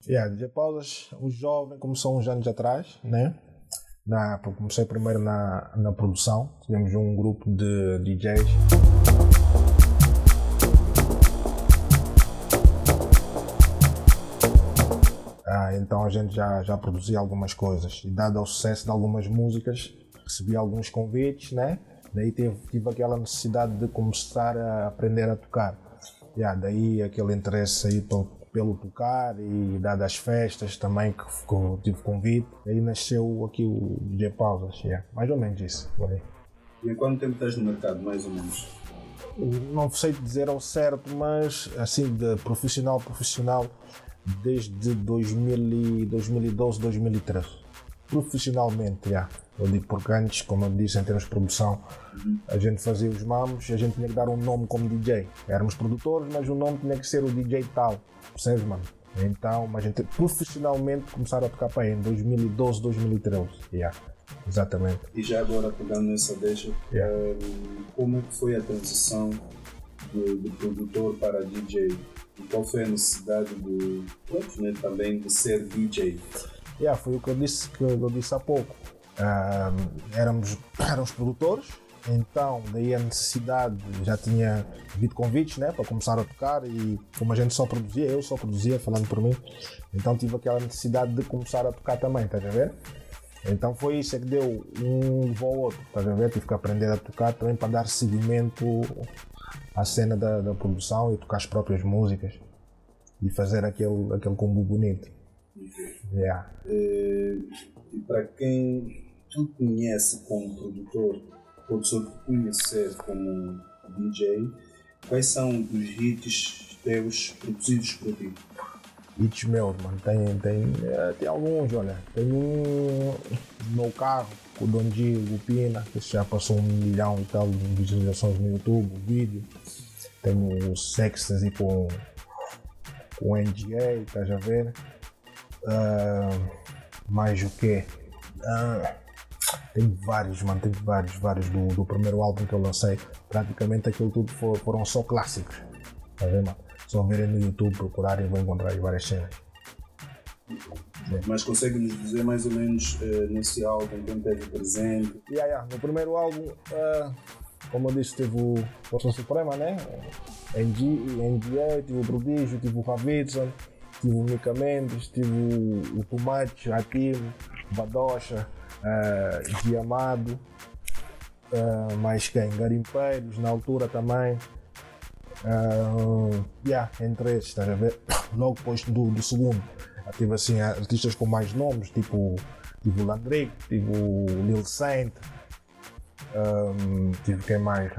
DJ Pausas, o jovem começou uns anos atrás, né? Comecei primeiro na produção, tínhamos um grupo de DJs. Então a gente já produzia algumas coisas e dado o sucesso de algumas músicas, recebi alguns convites, né? Daí tive aquela necessidade de começar a aprender a tocar. Daí aquele interesse aí pelo tocar e dadas as festas também que tive convite, aí nasceu aqui o DJ Pausas, mais ou menos isso. E há quanto tempo estás no mercado, mais ou menos? Não sei dizer ao certo, mas assim de profissional, desde 2012, 2013. Profissionalmente, eu digo porque antes, como eu disse, em termos de produção, a gente fazia os mamos e a gente tinha que dar um nome como DJ. Éramos produtores, mas o nome tinha que ser o DJ tal, percebes, mano? Então, a gente profissionalmente começaram a tocar para aí em 2012, 2013. Exatamente. E já agora, pegando nessa deixa, como é que foi a transição do produtor para DJ? E qual foi a necessidade também de ser DJ? Foi o que eu disse há pouco. Éramos produtores, então daí a necessidade, já tinha havido convites, né, para começar a tocar e como a gente eu só produzia, falando por mim, então tive aquela necessidade de começar a tocar também, estás a ver? Então foi isso que deu um levou ao outro, estás a ver? Tive que aprender a tocar também para dar seguimento à cena da produção e tocar as próprias músicas e fazer aquele combo bonito. E para quem tu conhece como produtor, ou só te conhecer como DJ, quais são os hits teus produzidos por ti? Hits meus, mano, tem alguns, olha. Tem um no meu carro, com o Don G, o Lupina, que já passou 1 milhão e tal de visualizações no YouTube, o vídeo. Tem o Sextas com o NGA, estás a ver? Mais o quê? Tem vários do primeiro álbum que eu lancei. Praticamente aquilo tudo foram só clássicos. Tá vendo, mano? Só verem no YouTube, procurarem e vão encontrar várias cenas. Mas consegue-nos dizer mais ou menos nesse álbum quem teve presente? No primeiro álbum, como eu disse, teve o Força Suprema, né? NGA, tive o Prodígio, tive o Ravitson, tive o Mika Mendes, tive o Tomate, Hakim, Badocha, Diamado, mais quem? Garimpeiros, na altura também. Entre esses, estás a ver? Logo depois do segundo, tive assim artistas com mais nomes, tipo o Landrick, tive o Lil Saint, tive quem mais?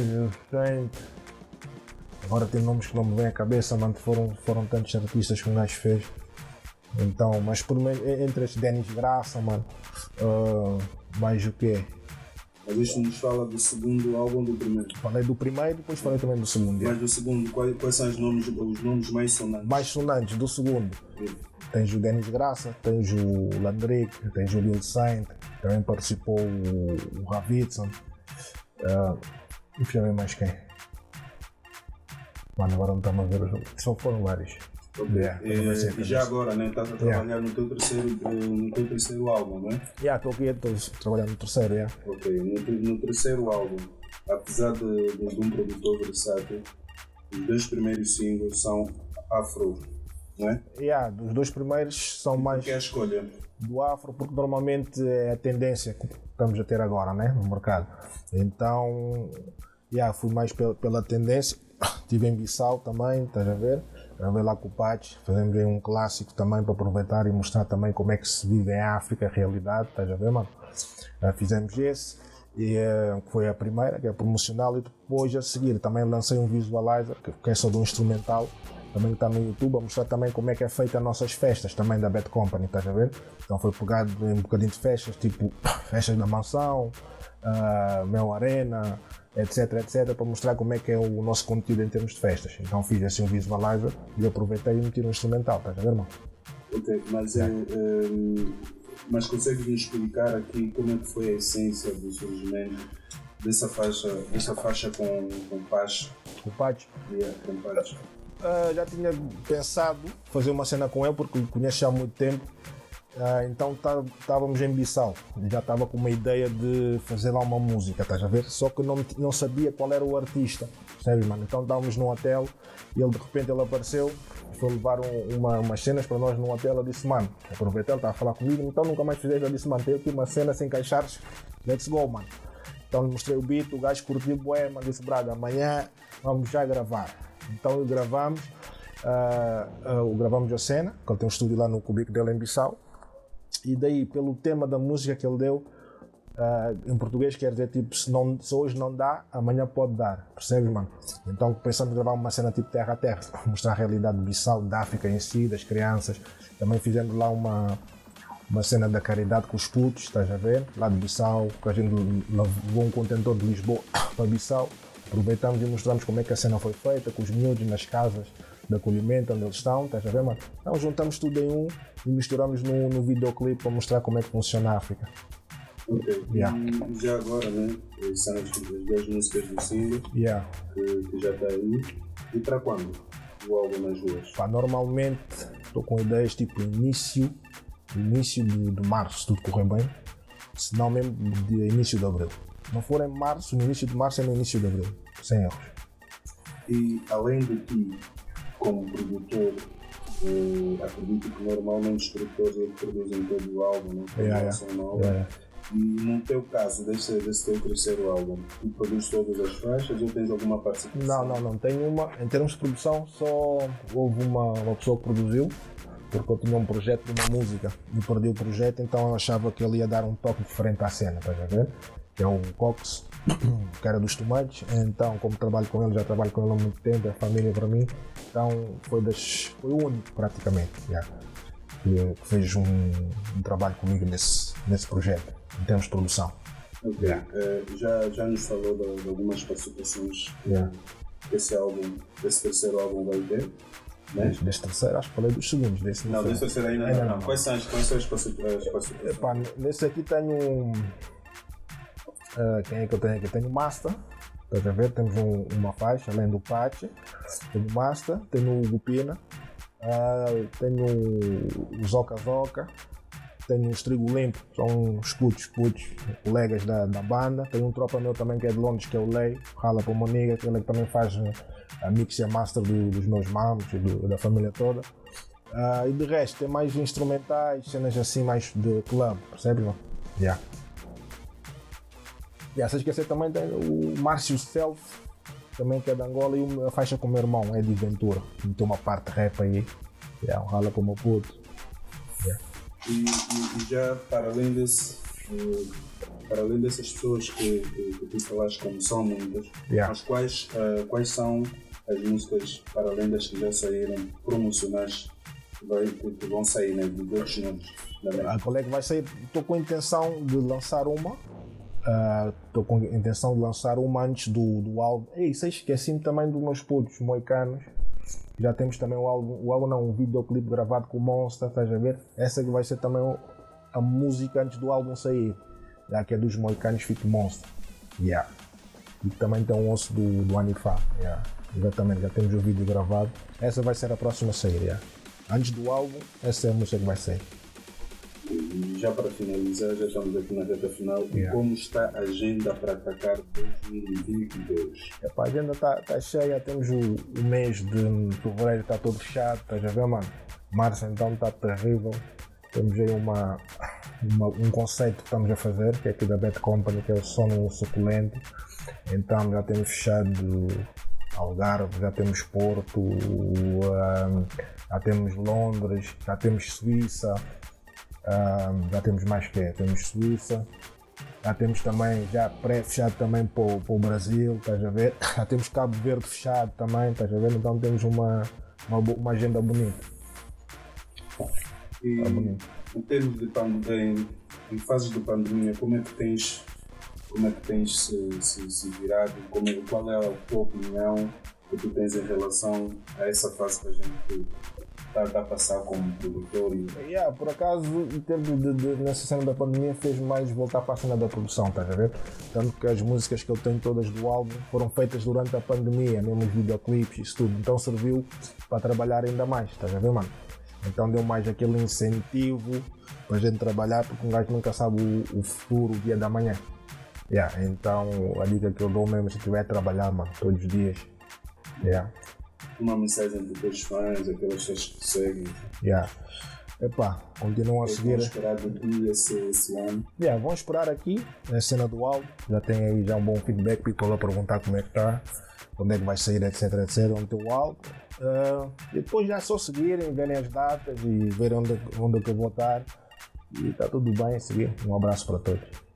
Agora tem nomes que não me vêm à cabeça, mano, foram tantos artistas que o gajo fez. Então, mas por entre esses Denis Graça, mano, mais o quê? Mas isto nos fala do segundo álbum do primeiro? Falei do primeiro, depois falei também do segundo. Mas do segundo, quais são os nomes mais sonantes? Mais sonantes do segundo. Tens o Denis Graça, tens o Landrick, tens o Lil Saint, também participou o Ravitson. E também mais quem? Mano, agora não estamos a ver, só foram vários. E já agora, né? Estás a trabalhar no teu terceiro álbum, né? Estou aqui trabalhando no terceiro, Ok, no terceiro álbum, apesar de um produtor versátil, os 2 primeiros singles são afro, não é? Dos 2 primeiros são mais... Por que a escolha? Do afro, porque normalmente é a tendência que estamos a ter agora, né? No mercado. Então, fui mais pela tendência. Estive em Bissau também, estás a ver? Gravei lá com o Patch, fazemos aí um clássico também para aproveitar e mostrar também como é que se vive em África, a realidade, estás a ver, mano? Fizemos esse, e foi a primeira, que é promocional, e depois a seguir também lancei um visualizer, que é só de um instrumental, também está no YouTube, a mostrar também como é que é feita as nossas festas, também da Bad Company, estás a ver? Então foi pegado em um bocadinho de festas, tipo festas da mansão, Mel Arena, etc, para mostrar como é que é o nosso conteúdo em termos de festas. Então fiz assim um visualizer e aproveitei e meti um instrumental, estás a ver, irmão? Ok, mas consegues-nos explicar aqui como é que foi a essência do surgimento dessa faixa com Patch? O Patch? Com Patch. já tinha pensado fazer uma cena com ele porque o conheço há muito tempo. Então estávamos em Bissau, já estava com uma ideia de fazer lá uma música, estás a ver? Só que não sabia qual era o artista, percebes, mano? Então estávamos num hotel e ele de repente ele apareceu, foi levar umas cenas para nós num hotel. Eu disse, mano, aproveitei, ele estava a falar comigo, então nunca mais fizeste. Eu disse, mano, tem aqui uma cena sem encaixares, let's go, mano. Então lhe mostrei o beat, o gajo curtiu, bué, mano, disse, Braga, amanhã vamos já gravar. Então gravamos a cena, que ele tem um estúdio lá no cubico dele em Bissau. E daí, pelo tema da música que ele deu, em português quer dizer tipo, se hoje não dá, amanhã pode dar, percebes, mano? Então pensamos em gravar uma cena tipo terra a terra, mostrar a realidade de Bissau, da África em si, das crianças. Também fizemos lá uma cena da caridade com os putos, estás a ver? Lá de Bissau, que a gente levou um contentor de Lisboa para Bissau. Aproveitamos e mostramos como é que a cena foi feita, com os miúdos nas casas de acolhimento onde eles estão, estás a ver, mano? Então juntamos tudo em um e misturamos no videoclipe para mostrar como é que funciona a África. Ok, yeah. E já agora, né? São as 10 músicas do single, yeah, que já está aí. E para quando o álbum nas ruas? Normalmente estou com ideias tipo início de março, se tudo correr bem, se não mesmo de início de abril. Não for em março, no início de março é no início de abril, sem erros. E além de ti, como produtor, acredito que normalmente os produtores produzem todo o álbum, não é? E no teu caso, desse teu terceiro álbum, tu produzes todas as faixas ou tens alguma participação? Não, tenho uma. Em termos de produção, só houve uma pessoa que produziu, porque eu tinha um projeto de uma música e perdi o projeto, então eu achava que ele ia dar um toque diferente à cena, estás a ver? Que é o Cox, que era dos Tomates. Então, como trabalho com ele, já trabalho com ele há muito tempo, é família para mim, então foi o único praticamente, que fez um trabalho comigo nesse projeto, em termos de produção. Ok, já nos falou de algumas participações que esse terceiro álbum vai ter, né? Deste terceiro, acho que falei dos segundos. Desse terceiro ainda não. Quais são as participações? Nesse aqui tenho quem é que eu tenho aqui? Tenho o Master, estás a ver? Temos uma faixa, além do Pache. Tenho o Master, tenho o Gupina, tenho o Zoca Zoca, tenho os Trigo Limpo, são os putos, colegas da banda. Tenho um tropa meu também que é de Londres, que é o Lei, rala para o Moniga, que ele também faz a mix e a master dos meus mamos e da família toda. E de resto, tem mais instrumentais, cenas assim mais de club, percebes? Sem esquecer também tem o Márcio Self, também que é de Angola, e a faixa com o meu irmão, é de Ventura, meteu uma parte rap aí, rala como puto. E já para além dessas pessoas que tu falaste, como são muitas, mas quais são as músicas, para além das que já saíram, promocionais, que vão sair, né, de outros nomes? A colega vai sair, estou com a intenção de lançar uma. Antes do álbum. Esqueci-me também dos meus putos moicanos. Já temos também um videoclipe gravado com o Monster, estás a ver? Essa que vai ser também a música antes do álbum sair, que é dos moicanos feat Monster. E também tem um osso do Anifá. Exatamente, já temos o vídeo gravado. Essa vai ser a próxima a sair. Antes do álbum, essa é a música que vai sair. E já para finalizar, já estamos aqui na reta final. Como está a agenda para atacar 2022? A agenda está cheia, temos o mês de fevereiro, está todo fechado, estás a ver, mano? Março então está terrível. Temos aí um conceito que estamos a fazer, que é aqui da Bad Company, que é o Sono Suculento. Então já temos fechado Algarve, já temos Porto, já temos Londres, já temos Suíça. Já temos mais que temos Suíça, já temos também já pré-fechado também para o Brasil, estás a ver? Já temos Cabo Verde fechado também, estás a ver? Então temos uma agenda bonita. E em termos de pandemia, em fases de pandemia, como é que tens se virado? Qual é a tua opinião que tu tens em relação a essa fase que a gente está a passar como produtor? Por acaso, em termos nessa cena da pandemia, fez mais voltar para a cena da produção, estás a ver? Tanto que as músicas que eu tenho todas do álbum foram feitas durante a pandemia, mesmo os videoclipes, isso tudo. Então serviu para trabalhar ainda mais, estás a ver, mano? Então deu mais aquele incentivo para a gente trabalhar, porque um gajo nunca sabe o futuro, o dia da manhã. Então a dica que eu dou mesmo, se estiver a trabalhar, mano, todos os dias. Uma mensagem para os teus fãs, aquelas pessoas que te seguem. Continuam a seguir. Vão esperar de ti esse ano. Vão esperar aqui, na cena do álbum. Já tem aí já um bom feedback, people a perguntar como é que está, quando é que vai sair, etc, onde tem o álbum. E depois já é só seguirem, verem as datas e verem onde é que eu vou estar. E está tudo bem, seguir. Um abraço para todos.